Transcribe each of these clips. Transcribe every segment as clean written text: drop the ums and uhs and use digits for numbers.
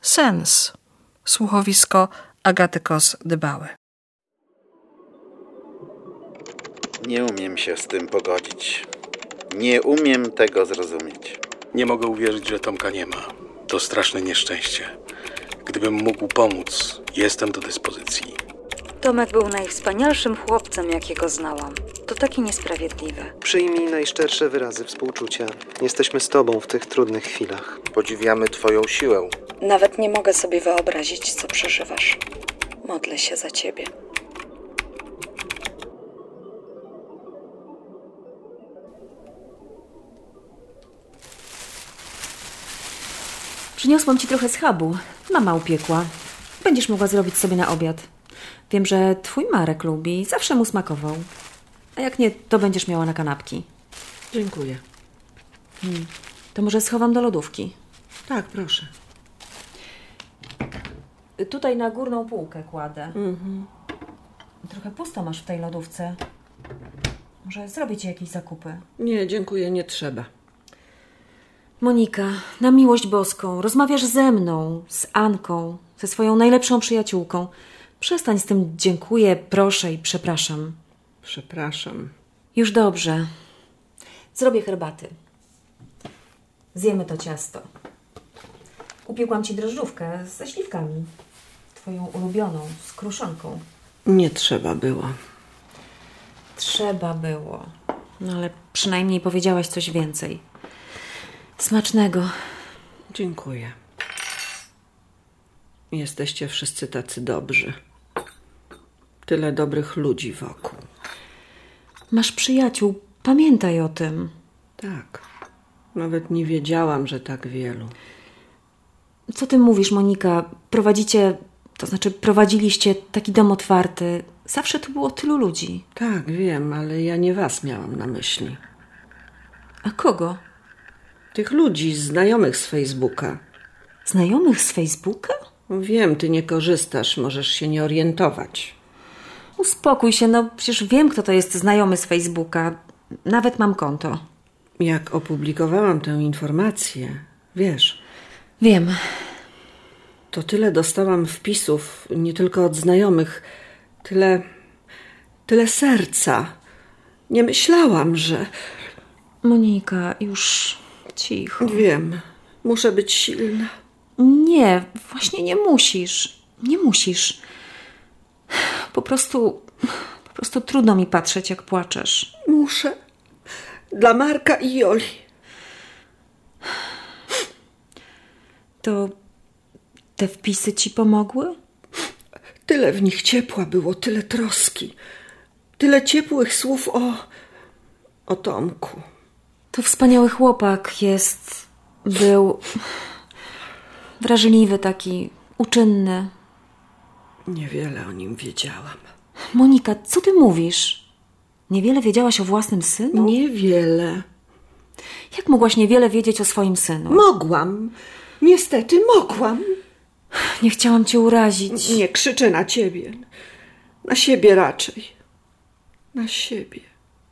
Sens. Słuchowisko Agaty Kos-Dybały. Nie umiem się z tym pogodzić. Nie umiem tego zrozumieć. Nie mogę uwierzyć, że Tomka nie ma. To straszne nieszczęście. Gdybym mógł pomóc, jestem do dyspozycji. Tomek był najwspanialszym chłopcem, jakiego znałam. To takie niesprawiedliwe. Przyjmij najszczersze wyrazy współczucia. Jesteśmy z tobą w tych trudnych chwilach. Podziwiamy twoją siłę. Nawet nie mogę sobie wyobrazić, co przeżywasz. Modlę się za ciebie. Przyniosłam ci trochę schabu. Mama upiekła. Będziesz mogła zrobić sobie na obiad. Wiem, że twój Marek lubi. Zawsze mu smakował. A jak nie, to będziesz miała na kanapki. Dziękuję. To może schowam do lodówki. Tak, proszę. Tutaj na górną półkę kładę. Trochę pusto masz w tej lodówce. Może zrobię ci jakieś zakupy. Nie, dziękuję, nie trzeba. Monika, na miłość boską, rozmawiasz ze mną, z Anką, ze swoją najlepszą przyjaciółką. Przestań z tym dziękuję, proszę i przepraszam. Przepraszam. Już dobrze. Zrobię herbaty. Zjemy to ciasto. Upiekłam ci drożdżówkę ze śliwkami. Twoją ulubioną, z kruszonką. Nie trzeba było. Trzeba było. No ale przynajmniej powiedziałaś coś więcej. Smacznego. Dziękuję. Jesteście wszyscy tacy dobrzy. Tyle dobrych ludzi wokół. Masz przyjaciół, pamiętaj o tym. Tak. Nawet nie wiedziałam, że tak wielu. Co ty mówisz, Monika? Prowadziliście taki dom otwarty. Zawsze tu było tylu ludzi. Tak, wiem, ale ja nie was miałam na myśli. A kogo? Tych ludzi, znajomych z Facebooka. Znajomych z Facebooka? Wiem, ty nie korzystasz, możesz się nie orientować. Uspokój się, no przecież wiem, kto to jest znajomy z Facebooka. Nawet mam konto. Jak opublikowałam tę informację, wiesz... Wiem. To tyle dostałam wpisów, nie tylko od znajomych. Tyle serca. Nie myślałam, że... Monika, już cicho. Wiem, muszę być silna. Nie, właśnie nie musisz. Nie musisz. Po prostu trudno mi patrzeć, jak płaczesz. Muszę. Dla Marka i Joli. To te wpisy ci pomogły? Tyle w nich ciepła było, tyle troski. Tyle ciepłych słów o Tomku. To wspaniały chłopak był wrażliwy taki, uczynny. Niewiele o nim wiedziałam. Monika, co ty mówisz? Niewiele wiedziałaś o własnym synu? Niewiele. Jak mogłaś niewiele wiedzieć o swoim synu? Mogłam. Niestety mogłam. Nie chciałam cię urazić. Nie krzyczę na ciebie. Na siebie raczej. Na siebie.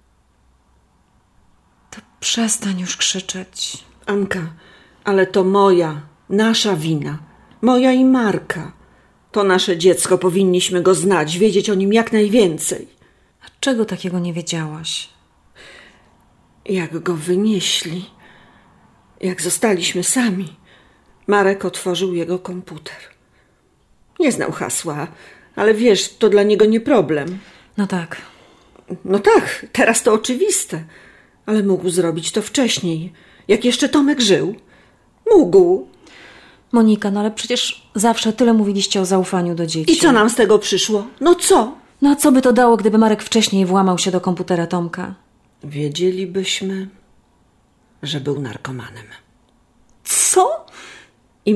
To przestań już krzyczeć. Anka, ale to nasza wina. Moja i Marka. To nasze dziecko, powinniśmy go znać, wiedzieć o nim jak najwięcej. A czego takiego nie wiedziałaś? Jak go wynieśli, jak zostaliśmy sami, Marek otworzył jego komputer. Nie znał hasła, ale wiesz, to dla niego nie problem. No tak. No tak, teraz to oczywiste, ale mógł zrobić to wcześniej, jak jeszcze Tomek żył. Mógł. Monika, no ale przecież zawsze tyle mówiliście o zaufaniu do dzieci. I co nam z tego przyszło? No co? No a co by to dało, gdyby Marek wcześniej włamał się do komputera Tomka? Wiedzielibyśmy, że był narkomanem. Co? I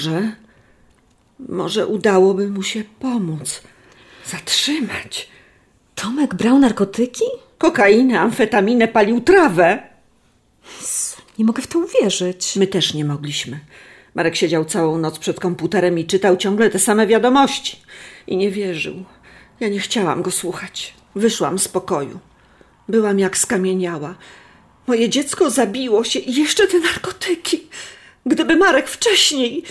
może udałoby mu się pomóc, zatrzymać. Tomek brał narkotyki? Kokainę, amfetaminę, palił trawę. Nie mogę w to uwierzyć. My też nie mogliśmy. Marek siedział całą noc przed komputerem i czytał ciągle te same wiadomości. I nie wierzył. Ja nie chciałam go słuchać. Wyszłam z pokoju. Byłam jak skamieniała. Moje dziecko zabiło się i jeszcze te narkotyki. Gdyby Marek wcześniej...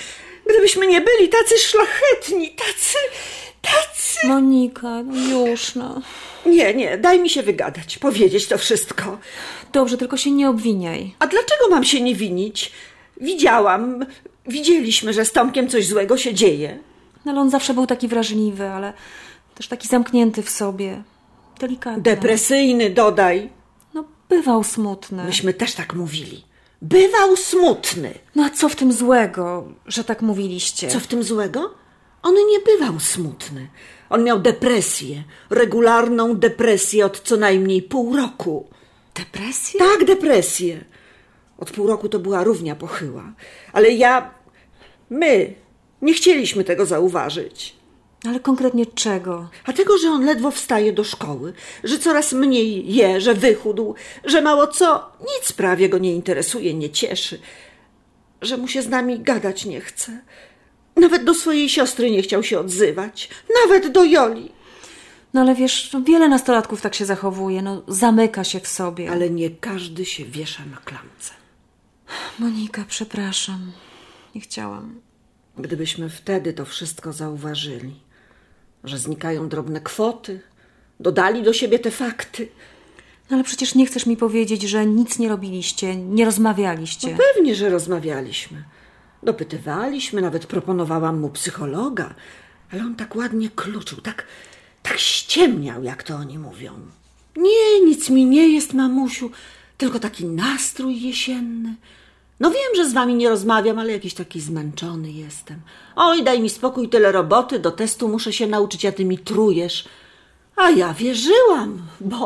Gdybyśmy nie byli tacy szlachetni, tacy... Monika, no już, no. Nie, daj mi się wygadać, powiedzieć to wszystko. Dobrze, tylko się nie obwiniaj. A dlaczego mam się nie winić? Widzieliśmy, że z Tomkiem coś złego się dzieje. No, ale on zawsze był taki wrażliwy, ale też taki zamknięty w sobie. Delikatny. Depresyjny, dodaj. No, bywał smutny. Myśmy też tak mówili. Bywał smutny. No a co w tym złego, że tak mówiliście? Co w tym złego? On nie bywał smutny. On miał depresję. Regularną depresję od co najmniej pół roku. Depresję? Tak, depresję. Od pół roku to była równia pochyła. Ale my nie chcieliśmy tego zauważyć. Ale konkretnie czego? A tego, że on ledwo wstaje do szkoły, że coraz mniej je, że wychudł, że mało co, nic prawie go nie interesuje, nie cieszy, że mu się z nami gadać nie chce. Nawet do swojej siostry nie chciał się odzywać, nawet do Joli. No ale wiesz, no, wiele nastolatków tak się zachowuje, no zamyka się w sobie. Ale nie każdy się wiesza na klamce. Monika, przepraszam. Nie chciałam. Gdybyśmy wtedy to wszystko zauważyli, że znikają drobne kwoty, dodali do siebie te fakty. No ale przecież nie chcesz mi powiedzieć, że nic nie robiliście, nie rozmawialiście. No pewnie, że rozmawialiśmy. Dopytywaliśmy, nawet proponowałam mu psychologa, ale on tak ładnie kluczył, tak ściemniał, jak to oni mówią. Nie, nic mi nie jest, mamusiu, tylko taki nastrój jesienny. No wiem, że z wami nie rozmawiam, ale jakiś taki zmęczony jestem. Oj, daj mi spokój, tyle roboty, do testu muszę się nauczyć, a ty mi trujesz. A ja wierzyłam,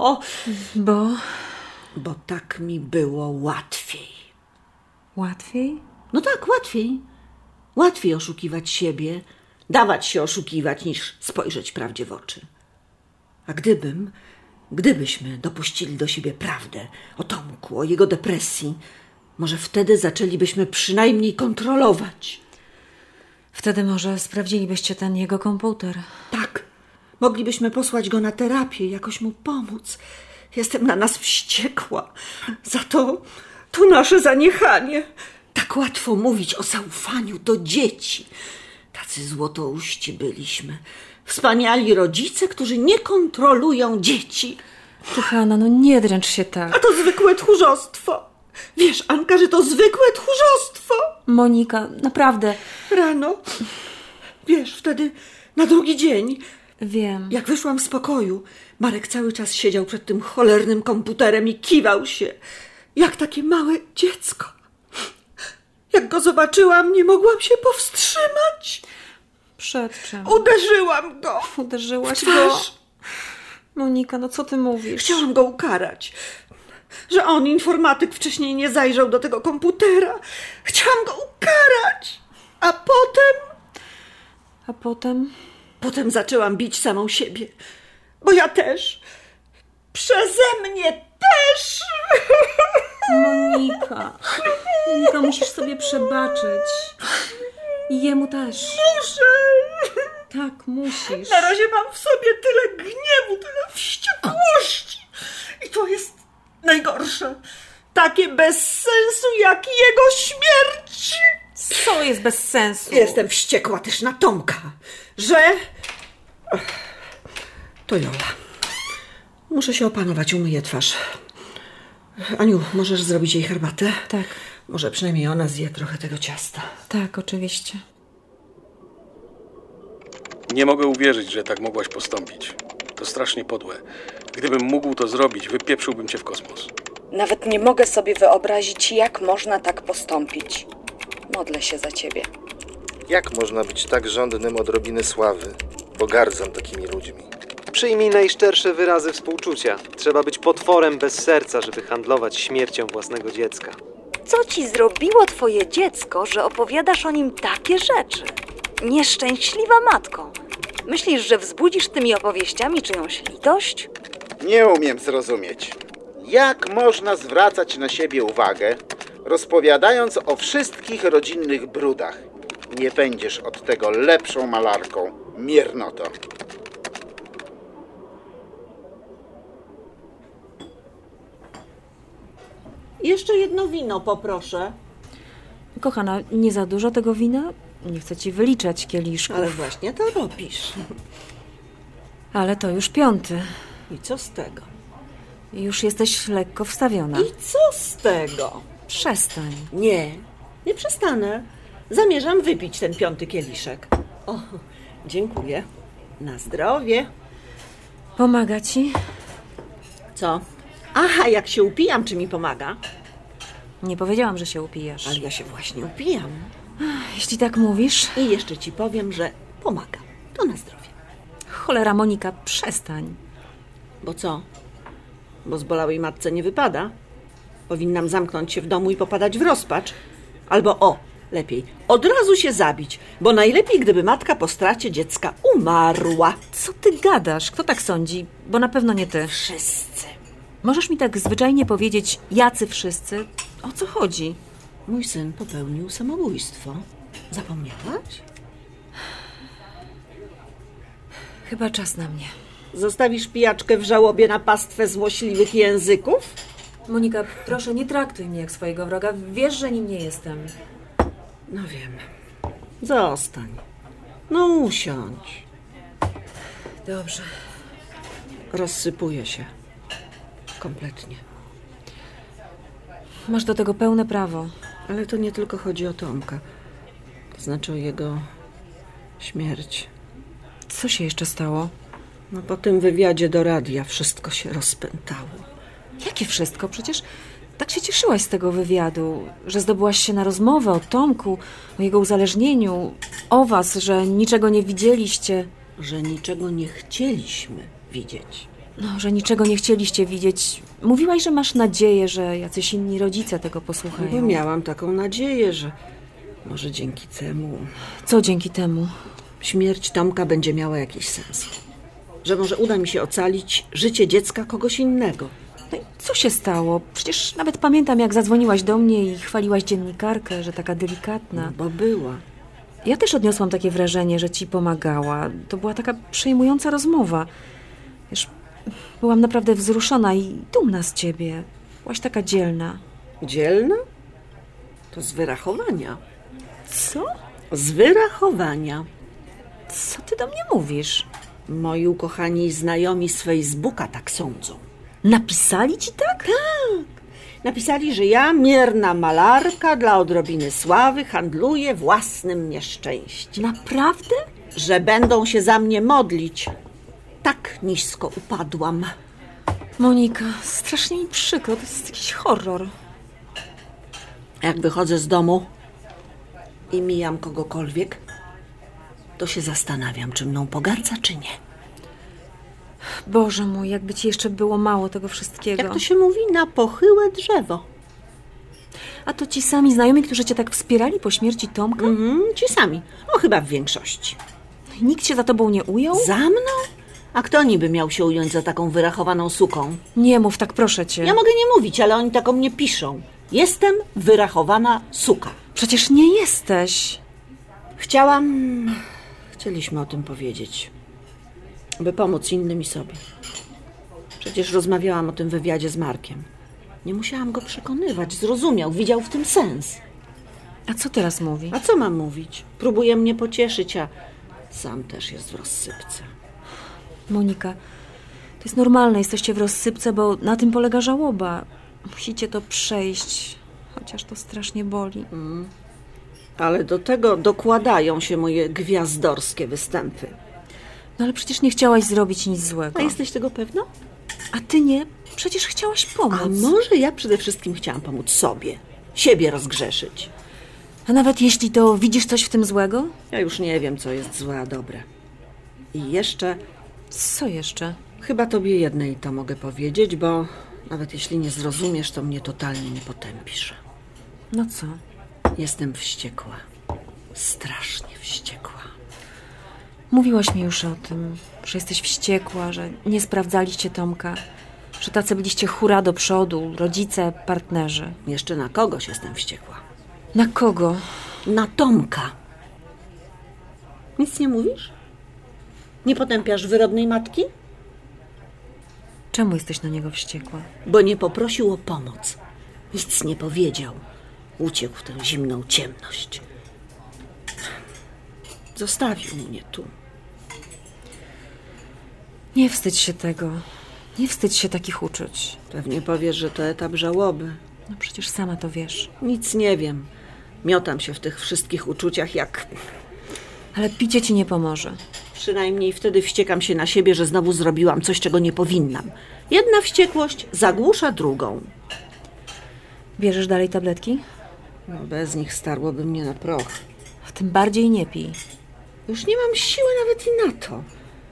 bo tak mi było łatwiej. Łatwiej? No tak, łatwiej. Łatwiej oszukiwać siebie, dawać się oszukiwać, niż spojrzeć prawdzie w oczy. A gdybyśmy dopuścili do siebie prawdę o Tomku, o jego depresji, może wtedy zaczęlibyśmy przynajmniej kontrolować. Wtedy może sprawdzilibyście ten jego komputer. Tak, moglibyśmy posłać go na terapię, jakoś mu pomóc. Jestem na nas wściekła. Za to nasze zaniechanie. Tak łatwo mówić o zaufaniu do dzieci. Tacy złotouści byliśmy. Wspaniali rodzice, którzy nie kontrolują dzieci. Kochana, no nie dręcz się tak. A to zwykłe tchórzostwo. Wiesz, Anka, że to zwykłe tchórzostwo. Monika, naprawdę. Rano, wiesz, wtedy na drugi dzień, Wiem. jak wyszłam z pokoju, Marek cały czas siedział przed tym cholernym komputerem i kiwał się, jak takie małe dziecko. Jak go zobaczyłam, nie mogłam się powstrzymać. Przed czym? Uderzyłam go. Uderzyłaś w go? twarz. Monika, no co ty mówisz? Chciałam go ukarać. Że on, informatyk, wcześniej nie zajrzał do tego komputera. Chciałam go ukarać. A potem... Potem zaczęłam bić samą siebie. Bo ja też. Przeze mnie też. Monika, musisz sobie przebaczyć. I jemu też. Muszę. Tak, musisz. Na razie mam w sobie tyle gniewu, tyle wściekłości. I to jest najgorsze. Takie bez sensu jak jego śmierć. Co jest bez sensu? Jestem wściekła też na Tomka, że... To Jola. Muszę się opanować, umyję twarz. Aniu, możesz zrobić jej herbatę? Tak. Może przynajmniej ona zje trochę tego ciasta. Tak, oczywiście. Nie mogę uwierzyć, że tak mogłaś postąpić. To strasznie podłe. Gdybym mógł to zrobić, wypieprzyłbym cię w kosmos. Nawet nie mogę sobie wyobrazić, jak można tak postąpić. Modlę się za ciebie. Jak można być tak żądnym odrobiny sławy? Pogardzam takimi ludźmi. Przyjmij najszczersze wyrazy współczucia. Trzeba być potworem bez serca, żeby handlować śmiercią własnego dziecka. Co ci zrobiło twoje dziecko, że opowiadasz o nim takie rzeczy? Nieszczęśliwa matko. Myślisz, że wzbudzisz tymi opowieściami czyjąś litość? Nie umiem zrozumieć. Jak można zwracać na siebie uwagę, rozpowiadając o wszystkich rodzinnych brudach? Nie będziesz od tego lepszą malarką, miernoto. Jeszcze jedno wino poproszę. Kochana, nie za dużo tego wina? Nie chcę ci wyliczać kieliszków, Ale właśnie to robisz. ale to już 5. I co z tego? Już jesteś lekko wstawiona. I co z tego? Przestań. Nie przestanę. Zamierzam wypić ten 5. kieliszek. O, dziękuję. Na zdrowie. Pomaga ci? Co? Aha, jak się upijam, czy mi pomaga? Nie powiedziałam, że się upijasz. Ale ja się właśnie upijam. Jeśli tak mówisz... I jeszcze ci powiem, że pomaga. To na zdrowie. Cholera, Monika, przestań. Bo co? Bo zbolałej matce nie wypada? Powinnam zamknąć się w domu i popadać w rozpacz? Albo lepiej, od razu się zabić, bo najlepiej, gdyby matka po stracie dziecka umarła. Co ty gadasz? Kto tak sądzi? Bo na pewno nie ty. Wszyscy. Możesz mi tak zwyczajnie powiedzieć, jacy wszyscy? O co chodzi? Mój syn popełnił samobójstwo. Zapomniałaś? Chyba czas na mnie. Zostawisz pijaczkę w żałobie na pastwę złośliwych języków? Monika, proszę, nie traktuj mnie jak swojego wroga. Wiesz, że nim nie jestem. No wiem. Zostań. No usiądź. Dobrze. Rozsypuje się. Kompletnie. Masz do tego pełne prawo. Ale to nie tylko chodzi o Tomka. To znaczy o jego śmierć. Co się jeszcze stało? No po tym wywiadzie do radia wszystko się rozpętało. Jakie wszystko? Przecież tak się cieszyłaś z tego wywiadu, że zdobyłaś się na rozmowę o Tomku, o jego uzależnieniu, o was, że niczego nie widzieliście. Że niczego nie chcieliśmy widzieć. No, że niczego nie chcieliście widzieć. Mówiłaś, że masz nadzieję, że jacyś inni rodzice tego posłuchają. Bo miałam taką nadzieję, że może dzięki temu Co dzięki temu? śmierć Tomka będzie miała jakiś sens. Że może uda mi się ocalić życie dziecka kogoś innego. No i co się stało? Przecież nawet pamiętam, jak zadzwoniłaś do mnie i chwaliłaś dziennikarkę, że taka delikatna. No, bo była. Ja też odniosłam takie wrażenie, że ci pomagała. To była taka przejmująca rozmowa. Wiesz, byłam naprawdę wzruszona i dumna z ciebie. Byłaś taka dzielna. Dzielna? To z wyrachowania. Co? Z wyrachowania. Co ty do mnie mówisz? Moi ukochani znajomi z Facebooka tak sądzą. Napisali ci tak? Napisali, że ja, mierna malarka, dla odrobiny sławy handluję własnym nieszczęściem. Naprawdę? Że będą się za mnie modlić. Tak nisko upadłam. Monika, strasznie mi przykro, to jest jakiś horror. Jak wychodzę z domu i mijam kogokolwiek, to się zastanawiam, czy mną pogardza, czy nie. Boże mój, jakby ci jeszcze było mało tego wszystkiego. Jak to się mówi, na pochyłe drzewo. A to ci sami znajomi, którzy cię tak wspierali po śmierci Tomka? Ci sami. O, chyba w większości. Nikt się za tobą nie ujął? Za mną? A kto niby miał się ująć za taką wyrachowaną suką? Nie mów tak, proszę cię. Ja mogę nie mówić, ale oni tak o mnie piszą. Jestem wyrachowana suka. Przecież nie jesteś. Chcieliśmy o tym powiedzieć. By pomóc innym i sobie. Przecież rozmawiałam o tym wywiadzie z Markiem. Nie musiałam go przekonywać. Zrozumiał, widział w tym sens. A co teraz mówi? A co mam mówić? Próbuje mnie pocieszyć, a sam też jest w rozsypce. Monika, to jest normalne, jesteście w rozsypce, bo na tym polega żałoba. Musicie to przejść, chociaż to strasznie boli. Ale do tego dokładają się moje gwiazdorskie występy. No ale przecież nie chciałaś zrobić nic złego. A jesteś tego pewna? A ty nie? Przecież chciałaś pomóc. A może ja przede wszystkim chciałam pomóc sobie. Siebie rozgrzeszyć. A nawet jeśli to widzisz coś w tym złego? Ja już nie wiem, co jest złe, a dobre. I jeszcze... Co jeszcze? Chyba tobie jednej to mogę powiedzieć, bo nawet jeśli nie zrozumiesz, to mnie totalnie nie potępisz. No co? Jestem wściekła. Strasznie wściekła. Mówiłaś mi już o tym, że jesteś wściekła, że nie sprawdzaliście Tomka, że tacy byliście hura do przodu, rodzice, partnerzy. Jeszcze na kogoś jestem wściekła. Na kogo? Na Tomka. Nic nie mówisz? Nie potępiasz wyrodnej matki? Czemu jesteś na niego wściekła? Bo nie poprosił o pomoc. Nic nie powiedział. Uciekł w tę zimną ciemność. Zostawił mnie tu. Nie wstydź się tego. Nie wstydź się takich uczuć. Pewnie powiesz, że to etap żałoby. No przecież sama to wiesz. Nic nie wiem. Miotam się w tych wszystkich uczuciach jak... Ale picie ci nie pomoże. Przynajmniej wtedy wściekam się na siebie, że znowu zrobiłam coś, czego nie powinnam. Jedna wściekłość zagłusza drugą. Bierzesz dalej tabletki? No, bez nich starłoby mnie na proch. Tym bardziej nie pij. Już nie mam siły nawet i na to.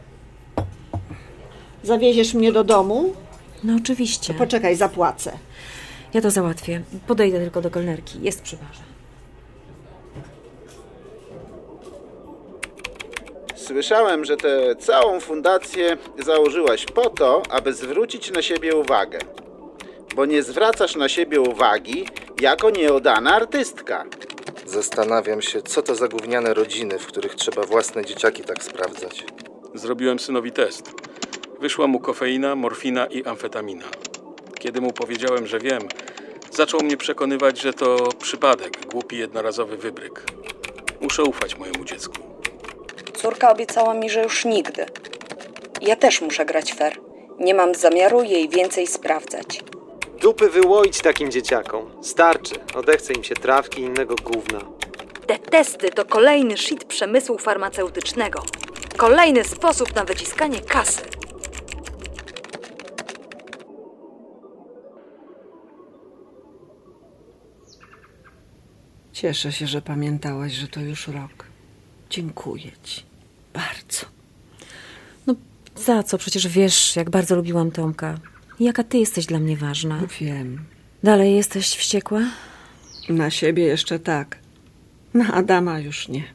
Zawieziesz mnie do domu? No oczywiście. Poczekaj, zapłacę. Ja to załatwię. Podejdę tylko do kelnerki. Jest przy barze. Słyszałem, że tę całą fundację założyłaś po to, aby zwrócić na siebie uwagę. Bo nie zwracasz na siebie uwagi jako nieoddana artystka. Zastanawiam się, co to za gówniane rodziny, w których trzeba własne dzieciaki tak sprawdzać. Zrobiłem synowi test. Wyszła mu kofeina, morfina i amfetamina. Kiedy mu powiedziałem, że wiem, zaczął mnie przekonywać, że to przypadek, głupi jednorazowy wybryk. Muszę ufać mojemu dziecku. Córka obiecała mi, że już nigdy. Ja też muszę grać fair. Nie mam zamiaru jej więcej sprawdzać. Dupy wyłoić takim dzieciakom. Starczy. Odechce im się trawki i innego gówna. Te testy to kolejny shit przemysłu farmaceutycznego. Kolejny sposób na wyciskanie kasy. Cieszę się, że pamiętałaś, że to już rok. Dziękuję ci. Bardzo. No za co? Przecież wiesz, jak bardzo lubiłam Tomka. I jaka ty jesteś dla mnie ważna. Wiem. Dalej jesteś wściekła? Na siebie jeszcze tak. Na Adama już nie.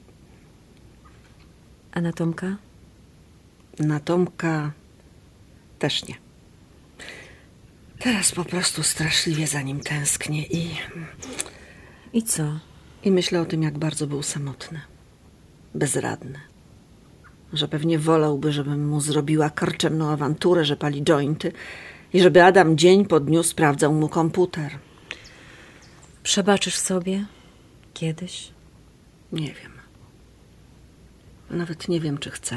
A na Tomka? Na Tomka też nie. Teraz po prostu straszliwie za nim tęsknię I co? i myślę o tym, jak bardzo był samotny. Bezradny. Że pewnie wolałby, żebym mu zrobiła karczemną awanturę, że pali jointy i żeby Adam dzień po dniu sprawdzał mu komputer. Przebaczysz sobie? Kiedyś? Nie wiem. Nawet nie wiem, czy chcę.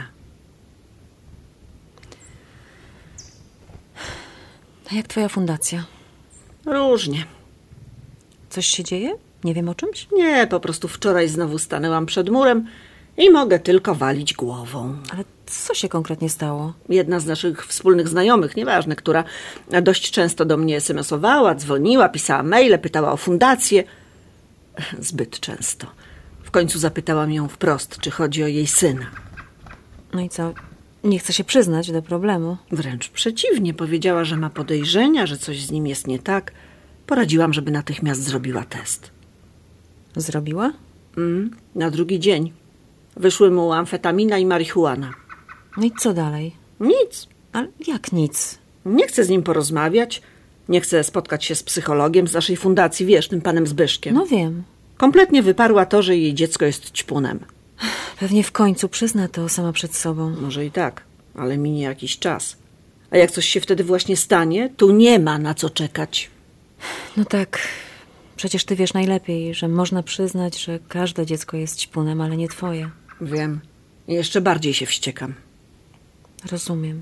A jak twoja fundacja? Różnie. Coś się dzieje? Nie wiem o czymś? Nie, po prostu wczoraj znowu stanęłam przed murem i mogę tylko walić głową. Ale co się konkretnie stało? Jedna z naszych wspólnych znajomych, nieważne, która dość często do mnie SMS-owała, dzwoniła, pisała maile, pytała o fundację. Zbyt często. W końcu zapytałam ją wprost, czy chodzi o jej syna. No i co? Nie chce się przyznać do problemu. Wręcz przeciwnie, powiedziała, że ma podejrzenia, że coś z nim jest nie tak. Poradziłam, żeby natychmiast zrobiła test. Zrobiła? Na drugi dzień. Wyszły mu amfetamina i marihuana. No i co dalej? Nic. Ale jak nic? Nie chcę z nim porozmawiać. Nie chcę spotkać się z psychologiem z naszej fundacji, wiesz, tym panem Zbyszkiem. No wiem. Kompletnie wyparła to, że jej dziecko jest ćpunem. Pewnie w końcu przyzna to sama przed sobą. Może i tak, ale minie jakiś czas. A jak coś się wtedy właśnie stanie, tu nie ma na co czekać. No tak. Przecież ty wiesz najlepiej, że można przyznać, że każde dziecko jest ćpunem, ale nie twoje. Wiem. I jeszcze bardziej się wściekam. Rozumiem.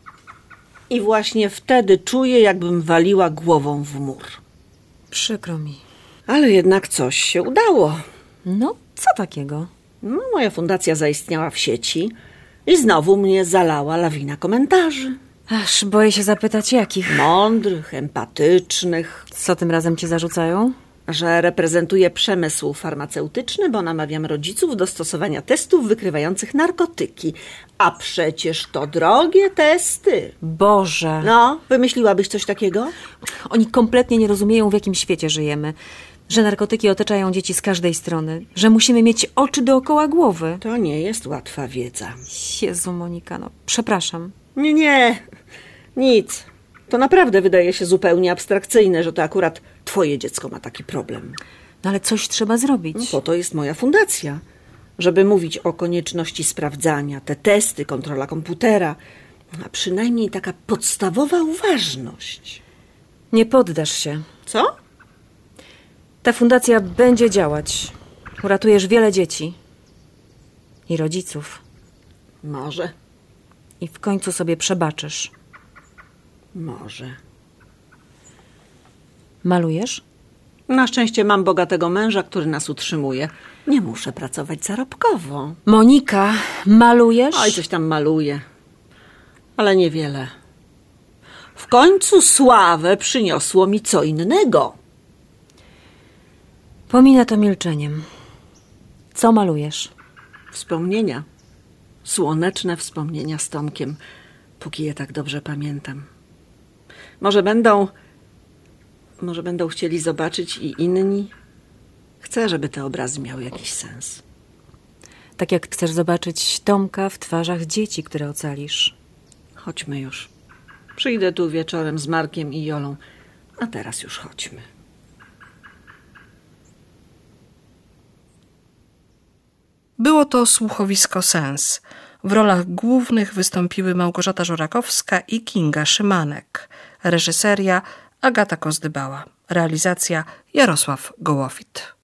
I właśnie wtedy czuję, jakbym waliła głową w mur. Przykro mi. Ale jednak coś się udało. No, co takiego? No, moja fundacja zaistniała w sieci i znowu mnie zalała lawina komentarzy. Aż boję się zapytać jakich. Mądrych, empatycznych, Co tym razem ci zarzucają? że reprezentuję przemysł farmaceutyczny, bo namawiam rodziców do stosowania testów wykrywających narkotyki. A przecież to drogie testy. Boże! No, wymyśliłabyś coś takiego? Oni kompletnie nie rozumieją, w jakim świecie żyjemy. Że narkotyki otaczają dzieci z każdej strony. Że musimy mieć oczy dookoła głowy. To nie jest łatwa wiedza. Jezu, Monika, no przepraszam. Nie, nic. To naprawdę wydaje się zupełnie abstrakcyjne, że to akurat twoje dziecko ma taki problem. No ale coś trzeba zrobić. No, po to jest moja fundacja. Żeby mówić o konieczności sprawdzania, te testy, kontrola komputera, a przynajmniej taka podstawowa uważność. Nie poddasz się. Co? Ta fundacja będzie działać. Uratujesz wiele dzieci. I rodziców. Może, I w końcu sobie przebaczysz. może. Malujesz? Na szczęście mam bogatego męża, który nas utrzymuje. Nie muszę pracować zarobkowo. Monika, malujesz? Oj, coś tam maluję. Ale niewiele. W końcu sławę przyniosło mi co innego. Pominę to milczeniem. Co malujesz? Wspomnienia. Słoneczne wspomnienia z Tomkiem, póki je tak dobrze pamiętam. Może będą chcieli zobaczyć i inni. Chcę, żeby te obrazy miały jakiś sens. Tak jak chcesz zobaczyć Tomka w twarzach dzieci, które ocalisz. Chodźmy już. Przyjdę tu wieczorem z Markiem i Jolą, a teraz już chodźmy. Było to słuchowisko Sens. W rolach głównych wystąpiły Małgorzata Żurakowska i Kinga Szymanek. Reżyseria Agata Kozdybała. Realizacja Jarosław Gołowit.